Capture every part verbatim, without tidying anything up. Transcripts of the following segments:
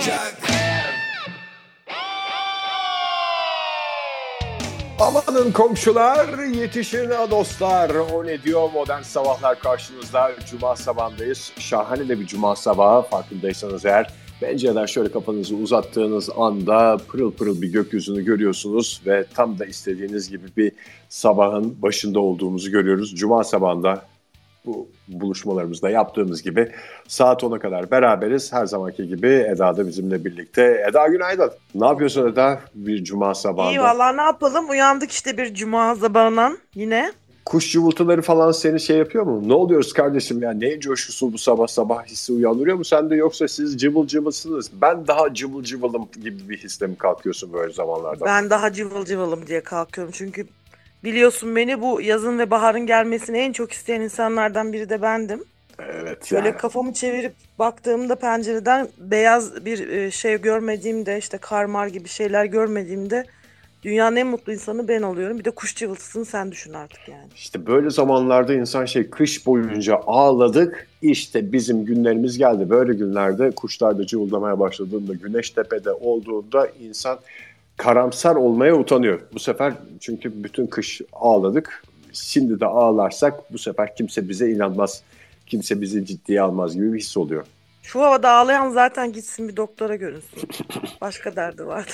olacak. Amanın komşular, yetişin dostlar. O ne diyor Modern Sabahlar karşınızda. Cuma sabahındayız. Şahane de bir cuma sabahı, farkındaysanız eğer. Pencereden şöyle kafanızı uzattığınız anda pırıl pırıl bir gökyüzünü görüyorsunuz ve tam da istediğiniz gibi bir sabahın başında olduğumuzu görüyoruz. Cuma sabahında bu buluşmalarımızda yaptığımız gibi saat ona kadar beraberiz. Her zamanki gibi Eda da bizimle birlikte. Eda günaydın. Ne yapıyorsun Eda bir cuma sabahında? İyi valla, ne yapalım? Uyandık işte bir cuma sabahından yine. Kuş cıvıltıları falan seni şey yapıyor mu? Ne oluyoruz kardeşim ya? Ne coşkusu bu sabah sabah hissi uyandırıyor mu sende, yoksa siz cıvıl cıvılsınız? Ben daha cıvıl cıvılım gibi bir hisle mi kalkıyorsun böyle zamanlarda? Ben daha cıvıl cıvılım diye kalkıyorum çünkü biliyorsun beni, bu yazın ve baharın gelmesini en çok isteyen insanlardan biri de bendim. Evet. Şöyle yani. kafamı çevirip baktığımda pencereden beyaz bir şey görmediğimde, işte kar mar gibi şeyler görmediğimde dünyanın en mutlu insanı ben oluyorum. Bir de kuş cıvıltısını sen düşün artık yani. İşte böyle zamanlarda insan şey, kış boyunca ağladık, işte bizim günlerimiz geldi. Böyle günlerde kuşlar da cıvıldamaya başladığında, güneş tepede olduğunda insan karamsar olmaya utanıyor. Bu sefer çünkü bütün kış ağladık. Şimdi de ağlarsak bu sefer kimse bize inanmaz. Kimse bizi ciddiye almaz gibi bir his oluyor. Şu havada ağlayan zaten gitsin bir doktora görünsün. Başka derdi vardı.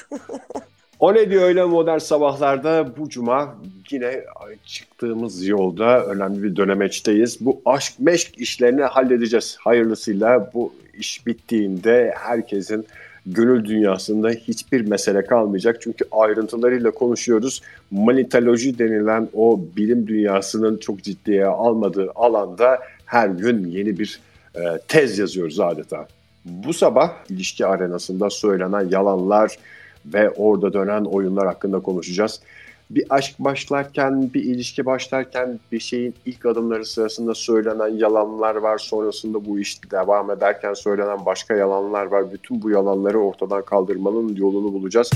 O ne diyor öyle Modern Sabahlar'da bu cuma yine çıktığımız yolda önemli bir dönemeçteyiz. Bu aşk meşk işlerini halledeceğiz. Hayırlısıyla bu iş bittiğinde herkesin gönül dünyasında hiçbir mesele kalmayacak. Çünkü ayrıntılarıyla konuşuyoruz. Manitoloji denilen o bilim dünyasının çok ciddiye almadığı alanda her gün yeni bir e, tez yazıyoruz adeta. Bu sabah ilişki arenasında söylenen yalanlar ve orada dönen oyunlar hakkında konuşacağız. Bir aşk başlarken, bir ilişki başlarken bir şeyin ilk adımları sırasında söylenen yalanlar var. Sonrasında bu iş devam ederken söylenen başka yalanlar var. Bütün bu yalanları ortadan kaldırmanın yolunu bulacağız.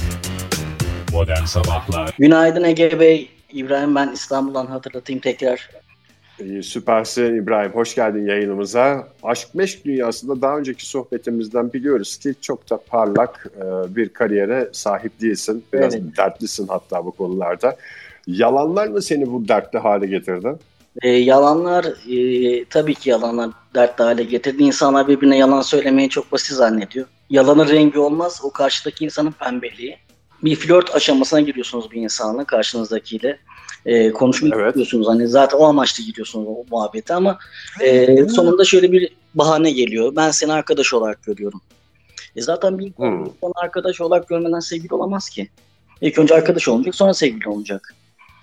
Modern Sabahlar. Günaydın Ege Bey. İbrahim ben, İstanbul'dan hatırlatayım tekrar. Ee, süpersin İbrahim. Hoş geldin yayınımıza. Aşk meşk dünyasında daha önceki sohbetimizden biliyoruz ki çok da parlak e, bir kariyere sahip değilsin. Biraz Evet. dertlisin hatta bu konularda. Yalanlar mı seni bu dertli hale getirdi? Ee, yalanlar, e, tabii ki yalanlar dertli hale getirdi. İnsanlar birbirine yalan söylemeyi çok basit zannediyor. Yalanın rengi olmaz, o karşıdaki insanın pembeliği. Bir flört aşamasına giriyorsunuz bir insanla, karşınızdakiyle. E, konuşmayı Evet. istiyorsunuz. Hani zaten o amaçla gidiyorsunuz o muhabbete ama e, sonunda şöyle bir bahane geliyor. Ben seni arkadaş olarak görüyorum. E zaten bir Hmm. insan arkadaş olarak görmeden sevgili olamaz ki. İlk önce arkadaş olacak, sonra sevgili olacak.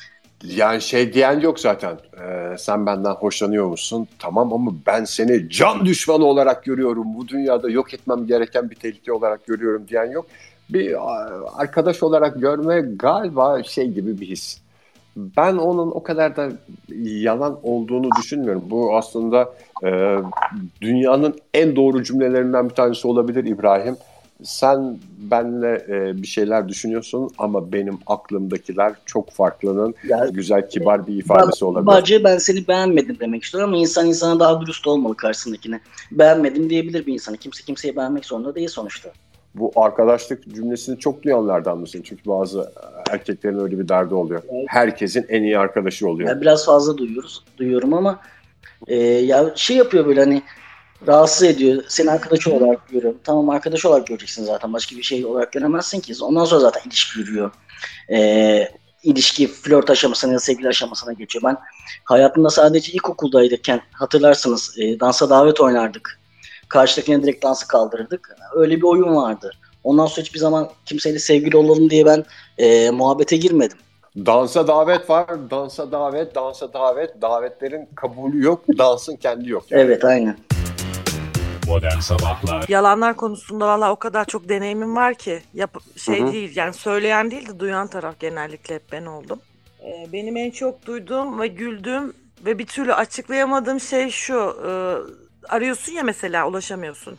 Yani şey diyen yok zaten. Ee, sen benden hoşlanıyor musun? Tamam ama ben seni can düşmanı olarak görüyorum. Bu dünyada yok etmem gereken bir tehlike olarak görüyorum diyen yok. Bir arkadaş olarak görme galiba şey gibi bir his. Ben onun o kadar da yalan olduğunu düşünmüyorum. Bu aslında e, dünyanın en doğru cümlelerinden bir tanesi olabilir İbrahim. Sen benle e, bir şeyler düşünüyorsun ama benim aklımdakiler çok farklının Yani, güzel, kibar bir ifadesi olabilir. Bence ben seni beğenmedim demek istiyorum ama insan insana daha dürüst olmalı karşısındakine. Beğenmedim diyebilir bir insana. Kimse kimseyi beğenmek zorunda değil sonuçta. Bu arkadaşlık cümlesini çok duyanlardan mısın? Çünkü bazı erkeklerin öyle bir derdi oluyor. Herkesin en iyi arkadaşı oluyor. Yani biraz fazla duyuyoruz, duyuyorum ama e, ya şey yapıyor böyle, hani rahatsız ediyor. Seni arkadaş olarak görüyorum. Tamam, arkadaş olarak göreceksin zaten. Başka bir şey olarak göremezsin ki. Ondan sonra zaten ilişki yürüyor. E, ilişki flört aşamasına ya da sevgili aşamasına geçiyor. Ben hayatımda sadece ilkokuldayken hatırlarsınız e, dansa davet oynardık. Karşıdakine direkt dansı kaldırırdık. Öyle bir oyun vardı. Ondan sonra hiçbir zaman kimseyle sevgili olalım diye ben e, muhabbete girmedim. Dansa davet var, dansa davet, dansa davet. Davetlerin kabulü yok, dansın kendi yok. Yani. Evet, aynen. Modern Sabahlar. Yalanlar konusunda valla o kadar çok deneyimim var ki. Yap şey Hı hı. değil yani, söyleyen değil de duyan taraf genellikle hep ben oldum. Ee, benim en çok duyduğum ve güldüğüm ve bir türlü açıklayamadığım şey şu. E, arıyorsun ya mesela, ulaşamıyorsun.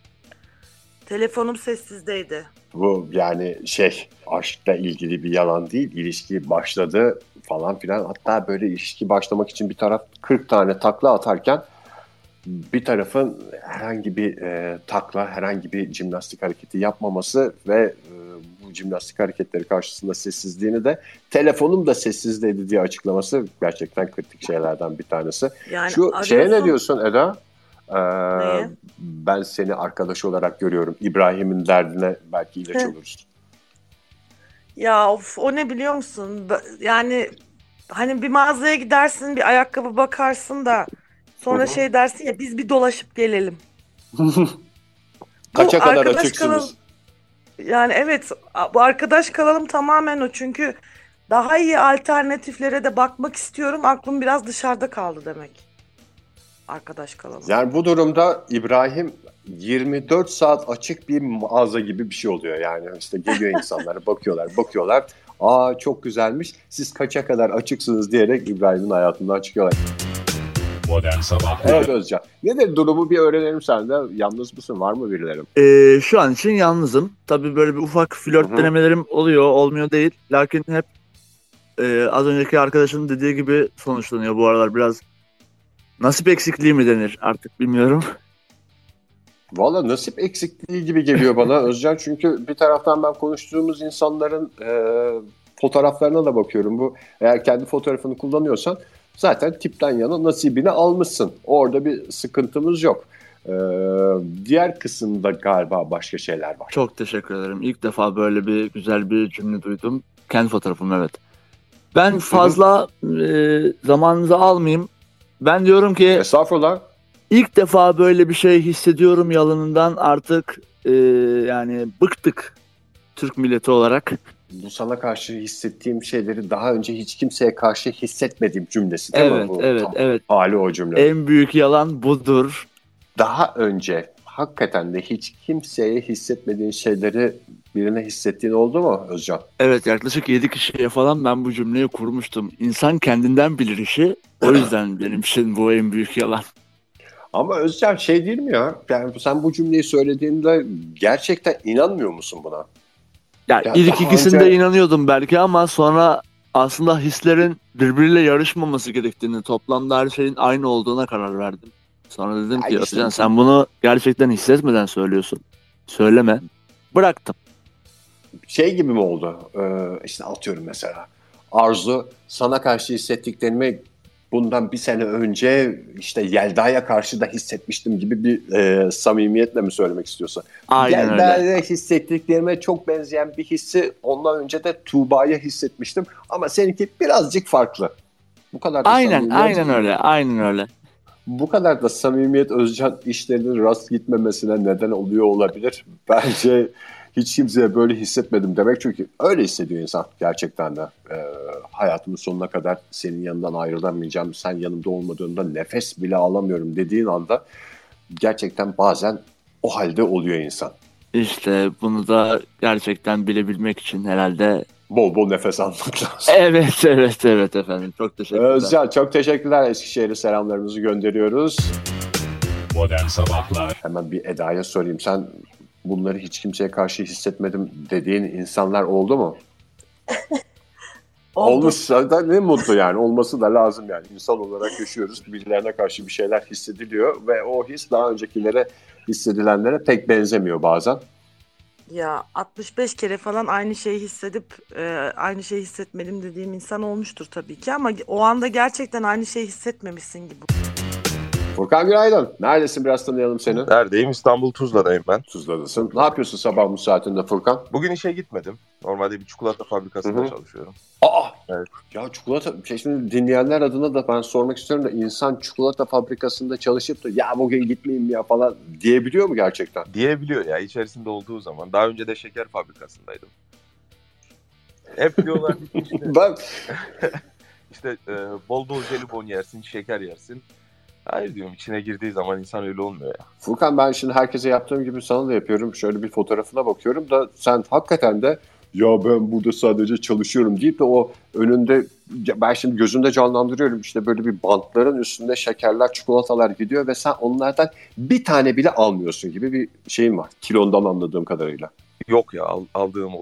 Telefonum sessizdeydi. Bu yani şey, aşkla ilgili bir yalan değil. İlişki başladı falan filan. Hatta böyle ilişki başlamak için bir taraf kırk tane takla atarken bir tarafın herhangi bir e, takla, herhangi bir jimnastik hareketi yapmaması ve e, bu jimnastik hareketleri karşısında sessizliğini de telefonum da sessizdeydi diye açıklaması gerçekten kritik şeylerden bir tanesi. Yani Şu arıyorsun... şeye ne diyorsun Eda? Ee, Neye? Ben seni arkadaş olarak görüyorum. İbrahim'in derdine belki ilaç oluruz. Ya of, o ne biliyor musun? Yani hani bir mağazaya gidersin, bir ayakkabı bakarsın da sonra Hı hı. şey dersin ya, biz bir dolaşıp gelelim. Kaça Bu kadar arkadaş açıksınız? kalalım. Yani evet, bu arkadaş kalalım tamamen o. Çünkü daha iyi alternatiflere de bakmak istiyorum. Aklım biraz dışarıda kaldı demek. Arkadaş kalalım. Yani bu durumda İbrahim yirmi dört saat açık bir mağaza gibi bir şey oluyor. Yani işte geliyor insanlar, bakıyorlar, bakıyorlar. Aa çok güzelmiş. Siz kaça kadar açıksınız diyerek İbrahim'in hayatından çıkıyorlar. Modern Sabahlar. Evet Özcan. Nedir durumu bir öğrenelim senden. Yalnız mısın? Var mı birilerim? Ee, şu an için yalnızım. Tabii böyle bir ufak flört Hı hı. denemelerim oluyor, olmuyor değil. Lakin hep e, az önceki arkadaşın dediği gibi sonuçlanıyor bu aralar. Biraz nasip eksikliği mi denir artık bilmiyorum. Valla nasip eksikliği gibi geliyor bana Özcan. Çünkü bir taraftan ben konuştuğumuz insanların e, fotoğraflarına da bakıyorum. Bu eğer kendi fotoğrafını kullanıyorsan zaten tipten yana nasibini almışsın. Orada bir sıkıntımız yok. E, diğer kısımda galiba başka şeyler var. Çok teşekkür ederim. İlk defa böyle bir güzel bir cümle duydum. Kendi fotoğrafım, evet. Ben fazla e, zamanınızı almayayım. Ben diyorum ki Estağfurullah. ilk defa böyle bir şey hissediyorum yalanından, artık e, yani bıktık Türk milleti olarak. Bu sana karşı hissettiğim şeyleri daha önce hiç kimseye karşı hissetmediğim cümlesi değil Evet, mi? Bu evet, tam evet. hali o cümle. En büyük yalan budur. Daha önce hakikaten de hiç kimseye hissetmediğin şeyleri birine hissettiğin oldu mu Özcan? Evet, yaklaşık yedi kişiye falan ben bu cümleyi kurmuştum. İnsan kendinden bilir işi. O yüzden benim için bu en büyük yalan. Ama Özcan şey değil mi ya? Yani sen bu cümleyi söylediğinde gerçekten inanmıyor musun buna? Ya Ya ilk daha ikisinde önce- inanıyordum belki ama sonra aslında hislerin birbiriyle yarışmaması gerektiğini, toplamda her şeyin aynı olduğuna karar verdim. Sonra dedim Ya ki işte- Özcan, sen bunu gerçekten hissetmeden söylüyorsun. Söyleme. Bıraktım. Şey gibi mi oldu? Ee, işte atıyorum mesela. Arzu, sana karşı hissettiklerimi bundan bir sene önce işte Yelda'ya karşı da hissetmiştim gibi bir e, samimiyetle mi söylemek istiyorsun? Aynen öyle. Yelda'ya hissettiklerime çok benzeyen bir hissi ondan önce de Tuğba'ya hissetmiştim. Ama seninki birazcık farklı. Bu kadar da Aynen, samimiyet- aynen öyle. Aynen öyle. Bu kadar da samimiyet Özcan işlerinin rast gitmemesine neden oluyor olabilir. Bence hiç kimseye böyle hissetmedim demek, çünkü öyle hissediyor insan gerçekten de. Ee, hayatımın sonuna kadar senin yanından ayrılamayacağım, sen yanımda olmadığında nefes bile alamıyorum dediğin anda gerçekten bazen o halde oluyor insan. İşte bunu da gerçekten bilebilmek için herhalde. Bol bol nefes almak lazım. Evet, evet, evet efendim. Çok teşekkürler. Özcan çok teşekkürler. Eskişehir'e selamlarımızı gönderiyoruz. Modern Sabahlar. Hemen bir Eda'ya sorayım. Sen bunları hiç kimseye karşı hissetmedim dediğin insanlar oldu mu? Oldu. Olmuşsa da ne mutlu yani. Olması da lazım yani. İnsan olarak yaşıyoruz. Birilerine karşı bir şeyler hissediliyor ve o his daha öncekilere hissedilenlere pek benzemiyor bazen. Ya altmış beş kere falan aynı şeyi hissedip e, aynı şeyi hissetmedim dediğim insan olmuştur tabii ki, ama o anda gerçekten aynı şeyi hissetmemişsin gibi. Furkan günaydın. Neredesin? Biraz tanıyalım seni. Neredeyim? İstanbul Tuzla'dayım ben. Tuzla'dasın. Ne yapıyorsun sabah bu saatinde Furkan? Bugün işe gitmedim. Normalde bir çikolata fabrikasında Hı hı. çalışıyorum. Aa! Evet. Ya çikolata, şey şimdi dinleyenler adına da ben sormak istiyorum da, insan çikolata fabrikasında çalışıp da ya bugün gitmeyeyim ya falan diyebiliyor mu gerçekten? Diyebiliyor ya, içerisinde olduğu zaman. Daha önce de şeker fabrikasındaydım. Hep diyorlar ki işte, Ben işte e, bol bol jelibon yersin, şeker yersin. Hayır diyorum, içine girdiği zaman insan öyle olmuyor ya. Furkan, ben şimdi herkese yaptığım gibi sana da yapıyorum. Şöyle bir fotoğrafına bakıyorum da sen hakikaten de ya ben burada sadece çalışıyorum deyip de o önünde, ben şimdi gözümde canlandırıyorum, işte böyle bir bantların üstünde şekerler, çikolatalar gidiyor ve sen onlardan bir tane bile almıyorsun gibi bir şeyin var. Kilondan anladığım kadarıyla. Yok ya, al- aldığım oluyor.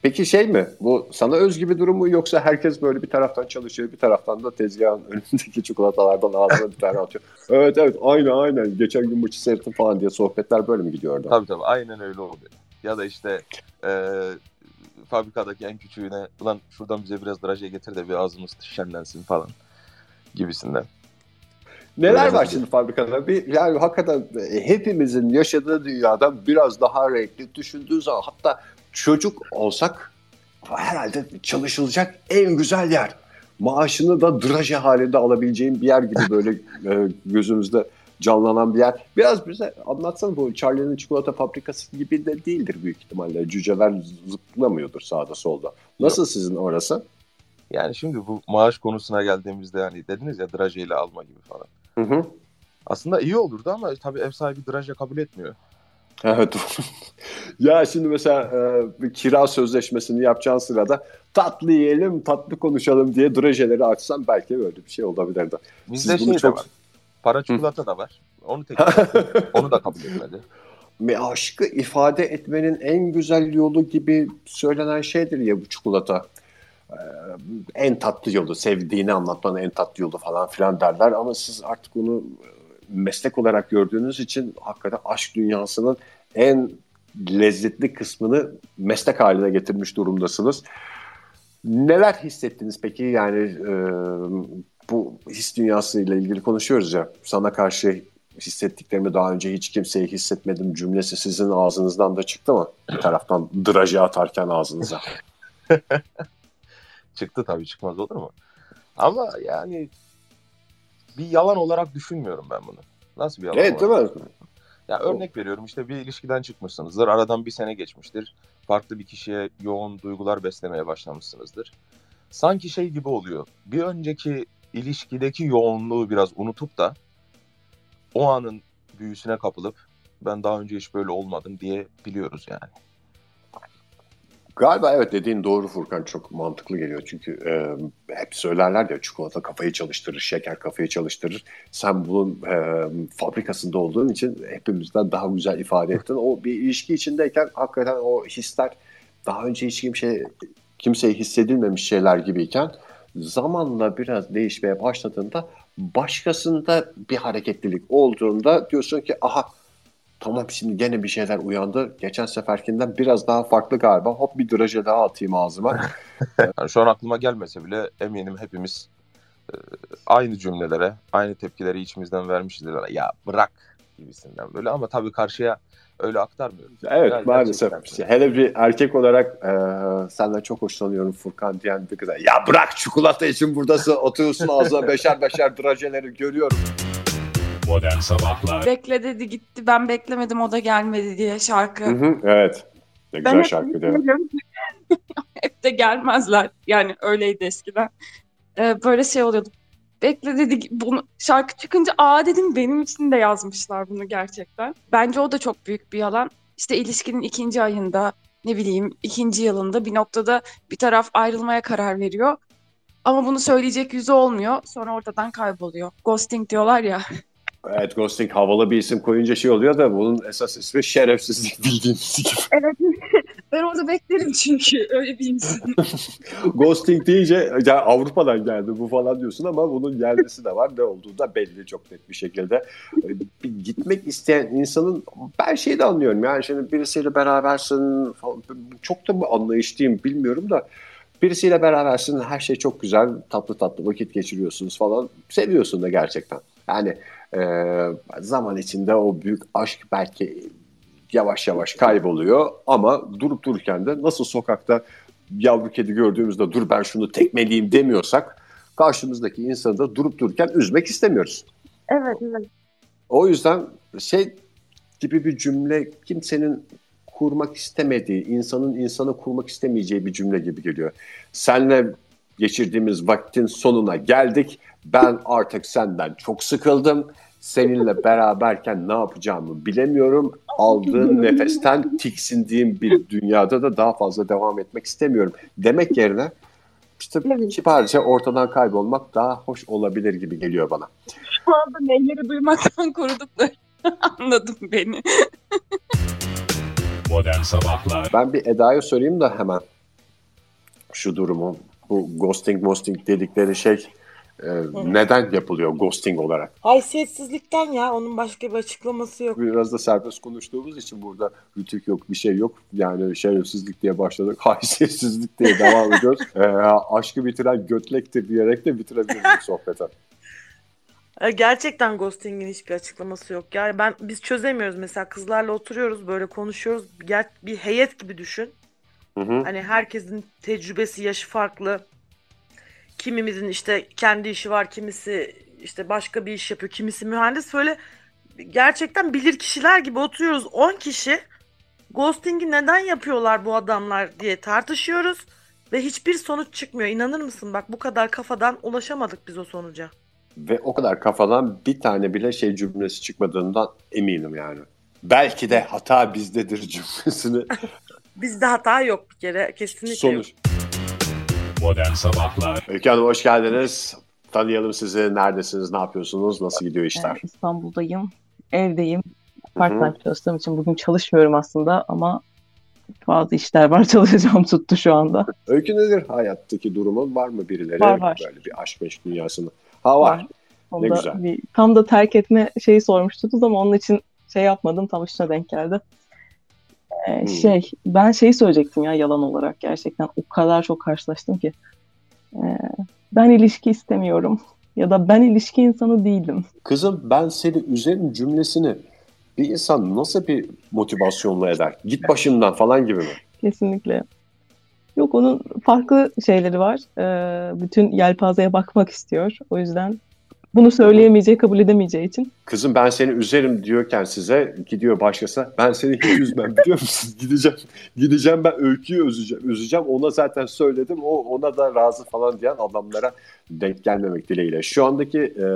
Peki şey mi? Bu sana özgü bir durum mu yoksa herkes böyle bir taraftan çalışıyor bir taraftan da tezgahın önündeki çikolatalardan ağzına bir tane atıyor. Evet evet aynen aynen geçen gün maçı seyrettim falan diye sohbetler böyle mi gidiyor orada? Tabii tabii aynen öyle oluyor. Ya da işte e, fabrikadaki en küçüğüne ulan şuradan bize biraz draje getir de bir ağzımız şenlensin falan gibisinden. Neler Öyle var mi? şimdi fabrikada? Bir, yani hakikaten hepimizin yaşadığı dünyada biraz daha renkli düşündüğü zaman hatta çocuk olsak herhalde çalışılacak en güzel yer. Maaşını da draje halinde alabileceğin bir yer gibi böyle e, gözümüzde canlanan bir yer. Biraz bize anlatsana bu Charlie'nin çikolata fabrikası gibi de değildir büyük ihtimalle. Cüceler zıplamıyordur sağda solda. Nasıl Yok. sizin orası? Yani şimdi bu maaş konusuna geldiğimizde hani dediniz ya drajeyle alma gibi falan. Hı hı. Aslında iyi olurdu ama tabii ev sahibi draje kabul etmiyor. Evet. Ya şimdi mesela e, bir kira sözleşmesini yapacağın sırada tatlı yiyelim, tatlı konuşalım diye drajeleri açsam belki böyle bir şey olabilirdi. Bizde Siz bunu şey çok- de var. Para çikolata da var. Onu teklif ettim. Onu da kabul etmedi. Ve aşkı ifade etmenin en güzel yolu gibi söylenen şeydir ya bu çikolata. Ee, en tatlı yolu, sevdiğini anlatmanın en tatlı yolu falan filan derler. Ama siz artık onu e, meslek olarak gördüğünüz için hakikaten aşk dünyasının en lezzetli kısmını meslek haline getirmiş durumdasınız. Neler hissettiniz peki? Yani e, bu his dünyasıyla ilgili konuşuyoruz ya. Sana karşı hissettiklerimi daha önce hiç kimseye hissetmedim cümlesi sizin ağzınızdan da çıktı mı? Bir taraftan draje atarken ağzınıza. Çıktı tabii, çıkmaz olur mu? Ama yani bir yalan olarak düşünmüyorum ben bunu. Nasıl bir yalan Evet değil olarak? mi? Ya örnek veriyorum, işte bir ilişkiden çıkmışsınızdır. Aradan bir sene geçmiştir. Farklı bir kişiye yoğun duygular beslemeye başlamışsınızdır. Sanki şey gibi oluyor. Bir önceki ilişkideki yoğunluğu biraz unutup da o anın büyüsüne kapılıp ben daha önce hiç böyle olmadım diye biliyoruz yani. Galiba evet dediğin doğru Furkan, çok mantıklı geliyor. Çünkü e, hep söylerler ya çikolata kafayı çalıştırır, şeker kafayı çalıştırır. Sen bunun e, fabrikasında olduğun için hepimizden daha güzel ifade ettin. O bir ilişki içindeyken hakikaten o hisler daha önce hiç kimse, kimseye hissedilmemiş şeyler gibiyken zamanla biraz değişmeye başladığında başkasında bir hareketlilik olduğunda diyorsun ki aha tamam şimdi gene bir şeyler uyandı. Geçen seferkinden biraz daha farklı galiba. Hop bir draje daha atayım ağzıma. Yani şu an aklıma gelmese bile eminim hepimiz e, aynı cümlelere, aynı tepkileri içimizden vermişizdir. Ya bırak gibisinden böyle, ama tabii karşıya öyle aktarmıyoruz. Evet Ya maalesef. gerçekten. Hele bir erkek olarak e, senden çok hoşlanıyorum Furkan diyen bir kıza. Ya bırak çikolata için buradasın. Oturuyorsun ağzına beşer beşer drajeleri görüyorum. Modern Sabahlar Bekle dedi gitti, ben beklemedim o da gelmedi diye şarkı. Hı hı, evet. Ne güzel Ben hep şarkı değil mi? beklerim. Hep de gelmezler. Yani öyleydi eskiden. Ee, böyle şey oluyordu. Bekle dedi bunu, şarkı çıkınca aa dedim benim için de yazmışlar bunu gerçekten. Bence o da çok büyük bir yalan. İşte ilişkinin ikinci ayında, ne bileyim ikinci yılında bir noktada bir taraf ayrılmaya karar veriyor. Ama bunu söyleyecek yüzü olmuyor. Sonra ortadan kayboluyor. Ghosting diyorlar ya. Evet, ghosting havalı bir isim koyunca şey oluyor da bunun esas ismi şerefsizlik bildiğimiz gibi. Evet. Ben orada beklerim çünkü öyle bir insan. Ghosting deyince ya Avrupa'dan geldi bu falan diyorsun ama bunun yerlisi de var. Ne olduğu da belli çok net bir şekilde. Bir gitmek isteyen insanın ben şeyi de anlıyorum. Yani şimdi birisiyle berabersin falan, çok da mı anlayışlıyım bilmiyorum da birisiyle berabersin, her şey çok güzel, tatlı tatlı vakit geçiriyorsunuz falan, seviyorsun da gerçekten. Yani e, zaman içinde o büyük aşk belki yavaş yavaş kayboluyor ama durup dururken de nasıl sokakta yavru kedi gördüğümüzde dur ben şunu tekmeleyeyim demiyorsak karşımızdaki insanı da durup dururken üzmek istemiyoruz. Evet, evet. O yüzden şey gibi bir cümle kimsenin kurmak istemediği, insanın insanı kurmak istemeyeceği bir cümle gibi geliyor. Senle geçirdiğimiz vaktin sonuna geldik. Ben artık senden çok sıkıldım. Seninle beraberken ne yapacağımı bilemiyorum. Aldığın nefesten tiksindiğim bir dünyada da daha fazla devam etmek istemiyorum demek yerine işte Evet. kibarca ortadan kaybolmak daha hoş olabilir gibi geliyor bana. Şu anda neyleri duymaktan korudum da anladım beni. Modern Sabahlar Ben bir Eda'ya sorayım da hemen. şu durumu. Bu ghosting ghosting dedikleri şey e, neden yapılıyor ghosting olarak? Haysiyetsizlikten ya. Onun başka bir açıklaması yok. Biraz da serbest konuştuğumuz için burada rütük yok, bir şey yok. Yani şerefsizlik diye başladık, haysiyetsizlik diye devam ediyoruz. E, aşkı bitiren götlektir diyerek de bitirebiliriz bu sohbeti. Gerçekten ghosting'in hiçbir açıklaması yok. Yani ben biz çözemiyoruz mesela, kızlarla oturuyoruz böyle konuşuyoruz. Ger- bir heyet gibi düşün. Hı hı. Hani herkesin tecrübesi, yaşı farklı. Kimimizin işte kendi işi var, kimisi işte başka bir iş yapıyor, kimisi mühendis. Böyle gerçekten bilir kişiler gibi oturuyoruz. on kişi ghosting'i neden yapıyorlar bu adamlar diye tartışıyoruz ve hiçbir sonuç çıkmıyor. İnanır mısın? Bak, bu kadar kafadan ulaşamadık biz o sonuca. Ve o kadar kafadan bir tane bile şey cümlesi çıkmadığından eminim yani. Belki de hata bizdedir cümlesini. Bizde hata yok bir kere. Kesinlikle Sonuç. yok. Modern Sabahlar Öykü Hanım hoş geldiniz. Tanıyalım sizi. Neredesiniz? Ne yapıyorsunuz? Nasıl gidiyor işler? Ee, İstanbul'dayım. Evdeyim. Part-time çalıştığım için bugün çalışmıyorum aslında ama bazı işler var, çalışacağım tuttu şu anda. Öykü nedir hayattaki durumun? Var mı birileri? Var, var. Böyle bir aşk meşk dünyasında. Ha var. Var. Ne Onda güzel. Bir, tam da terk etme şeyi sormuştunuz ama onun için şey yapmadım. Tam üstüne denk geldi. Ee, Hmm. Şey, ben şeyi söyleyecektim ya, yalan olarak. Gerçekten o kadar çok karşılaştım ki. Ee, ben ilişki istemiyorum. Ya da ben ilişki insanı değilim. Kızım ben seni üzerim cümlesini bir insan nasıl bir motivasyonla eder? Git başımdan falan gibi mi? Kesinlikle. Yok, onun farklı şeyleri var. Ee, bütün yelpazeye bakmak istiyor. O yüzden bunu söyleyemeyeceği, kabul edemeyeceği için. Kızım ben seni üzerim diyorken size gidiyor başkası. Ben seni hiç üzmem biliyor musun? Gideceğim. Gideceğim ben Öykü'yü üzeceğim. Üzeceğim. Ona zaten söyledim. O ona da razı falan diyen adamlara denk gelmemek dileğiyle. Şu andaki e,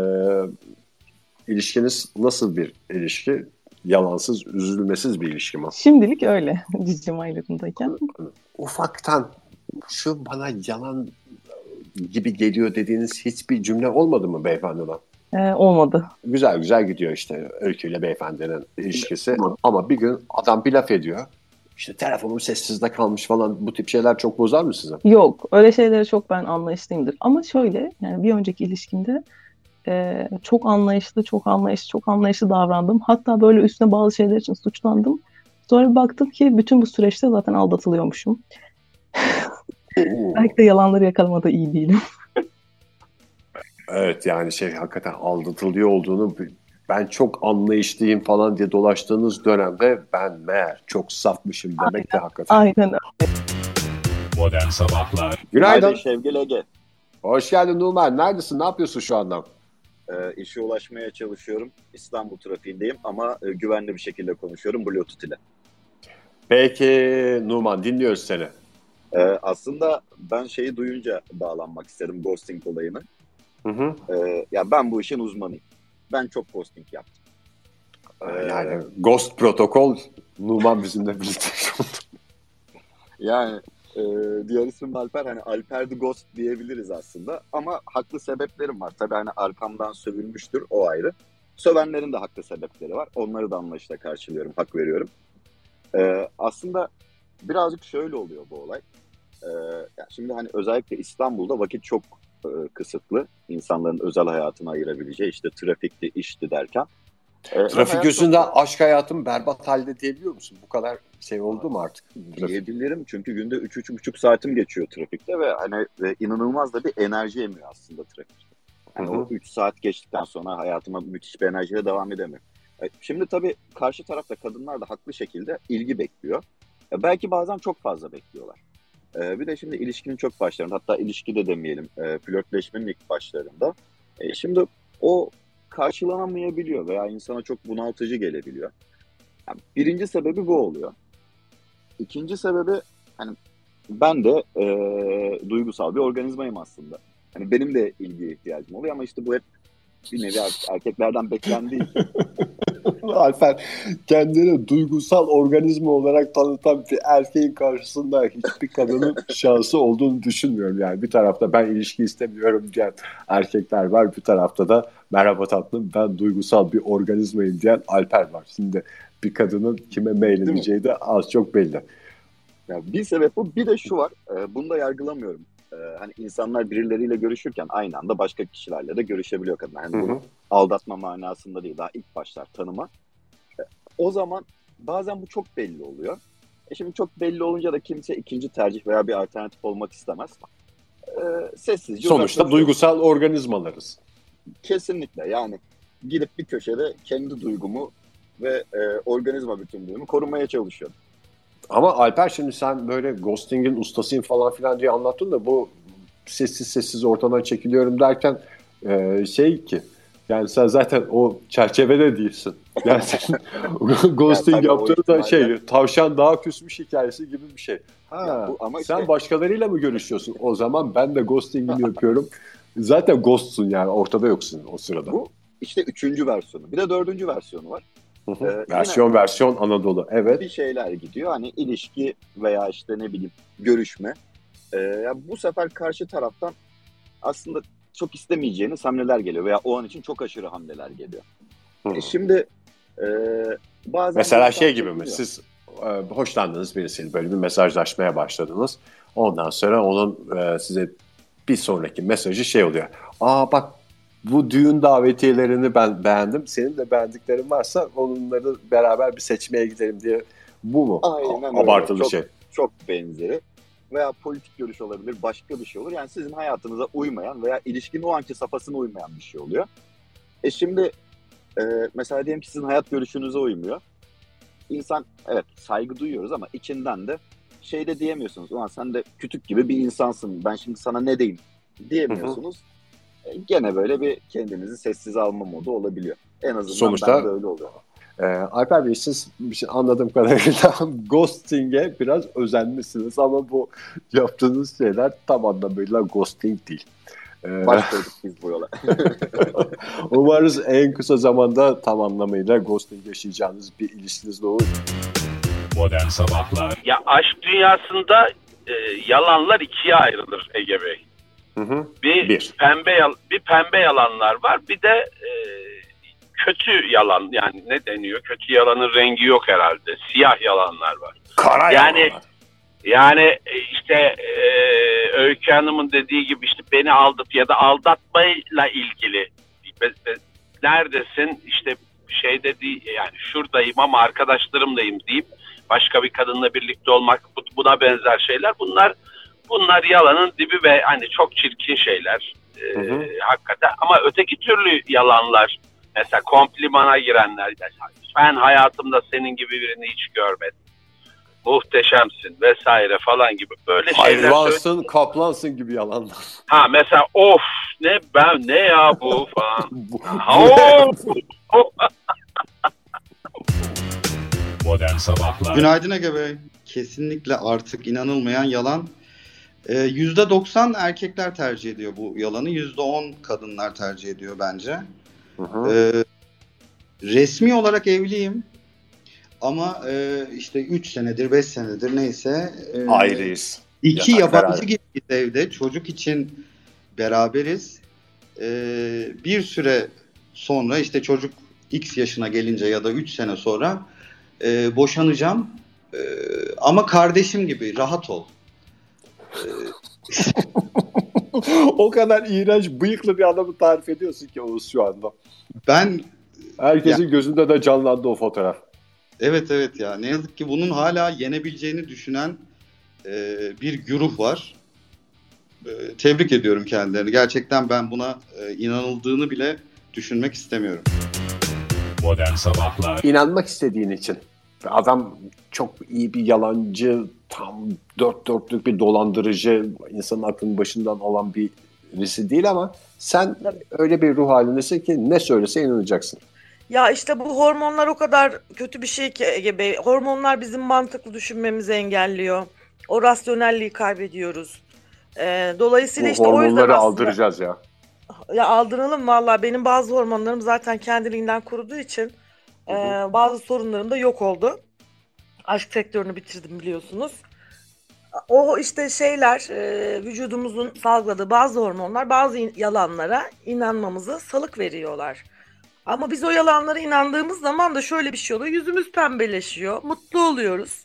ilişkiniz nasıl bir ilişki? Yalansız, üzülmesiz bir ilişki mi? Şimdilik öyle. Cicim aylarındayken. Ufaktan şu bana yalan gibi geliyor dediğiniz hiçbir cümle olmadı mı beyefendiden? Ee, olmadı. Güzel güzel gidiyor işte Öykü ile beyefendinin ilişkisi. Ama bir gün adam bir laf ediyor. İşte telefonum sessizde kalmış falan, bu tip şeyler çok bozar mı sizi? Yok. Öyle şeylere çok ben anlayışlıyımdır. Ama şöyle, yani bir önceki ilişkimde e, çok anlayışlı, çok anlayışlı, çok anlayışlı davrandım. Hatta böyle üstüne bazı şeyler için suçlandım. Sonra bir baktım ki bütün bu süreçte zaten aldatılıyormuşum. Belki de yalanları yakalamada iyi değilim. Evet yani şey hakikaten aldatılıyor olduğunu, ben çok anlayışlıyım falan diye dolaştığınız dönemde ben meğer çok safmışım demek de hakikaten. Aynen öyle. Modern Sabahlar Günaydın. Şevgil Ege. Hoş geldin Numan. Neredesin? Ne yapıyorsun şu anda? Ee, işe ulaşmaya çalışıyorum. İstanbul trafiğindeyim ama e, güvenli bir şekilde konuşuyorum Bluetooth ile. Peki Numan, dinliyoruz seni. Ee, aslında ben şeyi duyunca bağlanmak istedim, ghosting olayını. Hı hı. Ee, ya ben bu işin uzmanıyım. Ben çok ghosting yaptım. Ee, Yani Ghost Protokol Numan bizimle birlikte şu anda. Yani e, diğer ismim Alper. Hani Alper the Ghost diyebiliriz aslında. Ama haklı sebeplerim var. Tabii hani arkamdan sövülmüştür, o ayrı. Sövenlerin de haklı sebepleri var. Onları da anlayışla karşılıyorum, hak veriyorum. Ee, aslında birazcık şöyle oluyor bu olay. Ee, yani şimdi hani özellikle İstanbul'da vakit çok e, kısıtlı. İnsanların özel hayatına ayırabileceği, işte trafikti, işti derken. Ee, Trafik hayat yüzünden çok- aşk hayatım berbat halde diyebiliyor musun? Bu kadar şey oldu mu artık? Trafik. diyebilirim çünkü günde üç üç buçuk saatim geçiyor trafikte ve hani e, inanılmaz da bir enerji emiyor aslında trafik. Yani Hı hı. o üç saat geçtikten sonra hayatıma müthiş bir enerjiyle devam edemiyorum. E, Şimdi tabii karşı tarafta kadınlar da haklı şekilde ilgi bekliyor. E, belki bazen çok fazla bekliyorlar. E, bir de şimdi ilişkinin çok başlarında, hatta ilişki de demeyelim, e, flörtleşmenin ilk başlarında. E, şimdi o karşılanamayabiliyor veya insana çok bunaltıcı gelebiliyor. Yani birinci sebebi bu oluyor. İkinci sebebi hani ben de e, duygusal bir organizmayım aslında. Hani benim de ilgiye ihtiyacım oluyor ama işte bu hep bir nevi er- erkeklerden beklendiği için. Alper kendini duygusal organizma olarak tanıtan bir erkeğin karşısında hiçbir kadının şansı olduğunu düşünmüyorum. Yani bir tarafta ben ilişki istemiyorum diyen erkekler var. Bir tarafta da merhaba tatlım ben duygusal bir organizmayım diyen Alper var. Şimdi bir kadının kime meyledeceği de az çok belli. Ya bir sebep bu. Bir de şu var. E, bunu da yargılamıyorum. E, hani insanlar birileriyle görüşürken aynı anda başka kişilerle de görüşebiliyor kadınlar. Yani Hı hı. bunu aldatma manasında değil. Daha ilk başlar tanıma. E, o zaman bazen bu çok belli oluyor. E şimdi çok belli olunca da kimse ikinci tercih veya bir alternatif olmak istemez. E, sessizce Sonuçta uzaklaşıyor. duygusal organizmalarız. Kesinlikle, yani gidip bir köşede kendi duygumu ve e, organizma bütünlüğümü korumaya çalışıyorum. Ama Alper, şimdi sen böyle ghosting'in ustasıyım falan filan diye anlattın da bu sessiz sessiz ortadan çekiliyorum derken e, şey ki yani sen zaten o çerçevede değilsin. Yani sen ghosting Yani tabii o yaptığın da ihtimalle- şey tavşan dağa küsmüş hikayesi gibi bir şey. Ha, Ya bu ama sen işte- başkalarıyla mı görüşüyorsun? O zaman ben de ghosting'imi yapıyorum. Zaten ghostsun, yani ortada yoksun o sırada. Bu işte üçüncü versiyonu. Bir de dördüncü versiyonu var. Hı hı. Ee, versiyon versiyon Anadolu. Evet. Bir şeyler gidiyor. Hani ilişki veya işte ne bileyim görüşme. Ee, ya bu sefer karşı taraftan aslında çok istemeyeceğiniz hamleler geliyor. Veya o an için çok aşırı hamleler geliyor. Hı. E şimdi e, bazen... Mesela insan şey gibi mi? çekiliyor. Siz e, hoşlandığınız birisiyle böyle bir mesajlaşmaya başladınız. Ondan sonra onun e, size bir sonraki mesajı şey oluyor. Aa bak, bu düğün davetiyelerini ben beğendim. Senin de beğendiklerin varsa onları beraber bir seçmeye gidelim diye. Bu mu? Aynen A- öyle. Abartılı Çok- şey. Çok benzeri. Veya politik görüş olabilir, başka bir şey olur. Yani sizin hayatınıza uymayan veya ilişkinin o anki safhasına uymayan bir şey oluyor. E şimdi e, mesela diyelim ki sizin hayat görüşünüze uymuyor. İnsan, evet saygı duyuyoruz ama içinden de şey de diyemiyorsunuz. Ulan sen de kütük gibi bir insansın. Ben şimdi sana ne diyeyim diyemiyorsunuz. E, gene böyle bir kendinizi sessiz alma modu olabiliyor. En azından Sonuçta- ben böyle oluyor. Ee, Alper Bey, siz bir şey anladığım kadarıyla ghosting'e biraz özenmişsiniz ama bu yaptığınız şeyler tam anlamıyla ghosting değil. Ee, Başladık biz bu yola. Umarız en kısa zamanda tam anlamıyla ghosting yaşayacağınız bir ilişkiniz de olur. Modern Sabahlar Ya aşk dünyasında e, yalanlar ikiye ayrılır Ege Bey. Hı hı. Bir, Bir. pembe yal- bir pembe yalanlar var, bir de e, kötü yalan, yani ne deniyor? Kötü yalanın rengi yok herhalde. Siyah yalanlar var. Kara Yani- yalanlar. Yani e, işte e, Öykü Hanım'ın dediği gibi işte beni aldat ya da aldatmayla ilgili Be- be- neredesin işte şeyde değil, yani şuradayım ama arkadaşlarımlayım deyip başka bir kadınla birlikte olmak, bu- buna benzer şeyler, bunlar bunlar yalanın dibi ve hani çok çirkin şeyler e, Hı hı. hakikaten. Ama öteki türlü yalanlar, mesela komplimana girenler, ben hayatımda senin gibi birini hiç görmedim, muhteşemsin vesaire falan gibi böyle şeyler. söyle- Hayvansın, kaplansın gibi yalanlar. Ha mesela of ne ben ne ya bu falan. Bu- Ha, of! Of! Modern Sabahlar Günaydın Ege Bey. Kesinlikle artık inanılmayan yalan. Ee, yüzde doksan erkekler tercih ediyor bu yalanı. yüzde on kadınlar tercih ediyor bence. Hı hı. Ee, resmi olarak evliyim. Ama e, işte üç senedir, beş senedir neyse. e, Ayrıyız. İki Yatak yabancı beraber. gibiyiz evde. Çocuk için beraberiz. Ee, bir süre sonra işte çocuk X yaşına gelince ya da üç sene sonra e, boşanacağım. E, ama kardeşim gibi rahat ol. O kadar iğrenç, bıyıklı bir adamı tarif ediyorsun ki Oğuz şu anda. Ben Herkesin gözünde de canlandı o fotoğraf. evet evet ya ne yazık ki bunun hala yenebileceğini düşünen e, bir güruh var. E, tebrik ediyorum kendilerini. Gerçekten ben buna e, inanıldığını bile düşünmek istemiyorum. Modern Sabahlar İnanmak istediğin için. Adam çok iyi bir yalancı, tam dört dörtlük bir dolandırıcı, insanın aklının başından alan birisi değil ama sen öyle bir ruh halindesin ki ne söylese inanacaksın. Ya işte bu hormonlar o kadar kötü bir şey ki Ege Bey. Hormonlar bizim mantıklı düşünmemizi engelliyor. O rasyonelliği kaybediyoruz. Ee, dolayısıyla Bu işte o yüzden hormonları aslında... aldıracağız ya. Ya aldıralım valla. Benim bazı hormonlarım zaten kendiliğinden kuruduğu için e, bazı sorunlarım da yok oldu. Aşk sektörünü bitirdim biliyorsunuz. O işte şeyler e, vücudumuzun salgıladığı bazı hormonlar bazı in- yalanlara inanmamızı salık veriyorlar. Ama biz o yalanlara inandığımız zaman da şöyle bir şey oluyor. Yüzümüz pembeleşiyor, mutlu oluyoruz.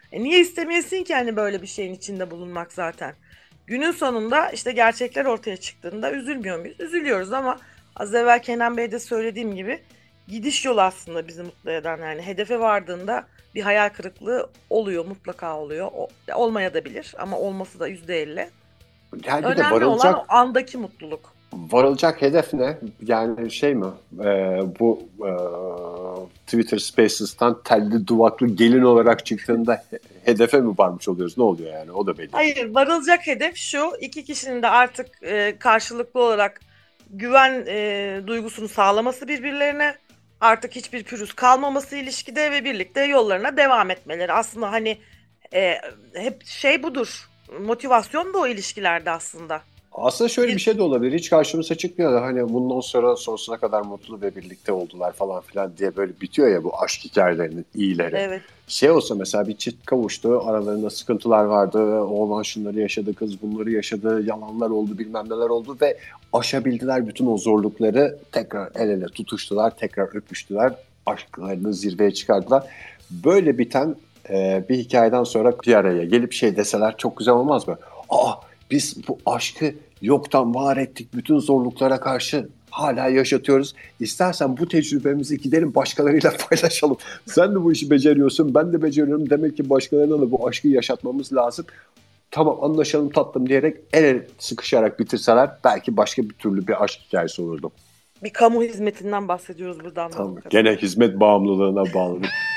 E niye istemeyesin ki hani böyle bir şeyin içinde bulunmak zaten? Günün sonunda işte gerçekler ortaya çıktığında üzülmüyor muyuz? Üzülüyoruz ama az evvel Kenan Bey de söylediğim gibi gidiş yolu aslında bizi mutlu eden, yani hedefe vardığında bir hayal kırıklığı oluyor, mutlaka oluyor. O, olmaya da bilir ama olması da yüzde elli. Yani bir de Önemli varılacak olan o andaki mutluluk. varılacak hedef ne? Yani şey mi? Ee, bu e, Twitter Spaces'tan telli duvaklı gelin olarak çıktığında he- hedefe mi varmış oluyoruz? Ne oluyor yani? O da belli. Hayır, varılacak hedef şu: iki kişinin de artık e, karşılıklı olarak güven e, duygusunu sağlaması birbirlerine, artık hiçbir pürüz kalmaması ilişkide ve birlikte yollarına devam etmeleri. Aslında hani e, hep şey budur, motivasyon da o ilişkilerde aslında. Aslında şöyle bir Bir, şey de olabilir. Hiç karşımıza çıkmıyor da hani bundan sonra sonsuza kadar mutlu ve birlikte oldular falan filan diye böyle bitiyor ya bu aşk hikayelerinin iyileri. evet, Şey olsa mesela bir çift kavuştu, aralarında sıkıntılar vardı, oğlan şunları yaşadı, kız bunları yaşadı, yalanlar oldu, bilmem neler oldu ve aşabildiler bütün o zorlukları, tekrar el ele tutuştular, tekrar öpüştüler, aşklarını zirveye çıkardılar. Böyle biten e, bir hikayeden sonra bir araya gelip şey deseler çok güzel olmaz mı? Aa, biz bu aşkı yoktan var ettik, bütün zorluklara karşı hala yaşatıyoruz. İstersen bu tecrübemizi gidelim başkalarıyla paylaşalım. Sen de bu işi beceriyorsun, ben de beceriyorum. Demek ki başkalarına da bu aşkı yaşatmamız lazım. Tamam, anlaşalım tatlım diyerek el ele sıkışarak bitirseler belki başka bir türlü bir aşk hikayesi olurdu. bir kamu hizmetinden bahsediyoruz burada anladığım Tamam. kadarıyla. Gene hizmet bağımlılığına bağlı.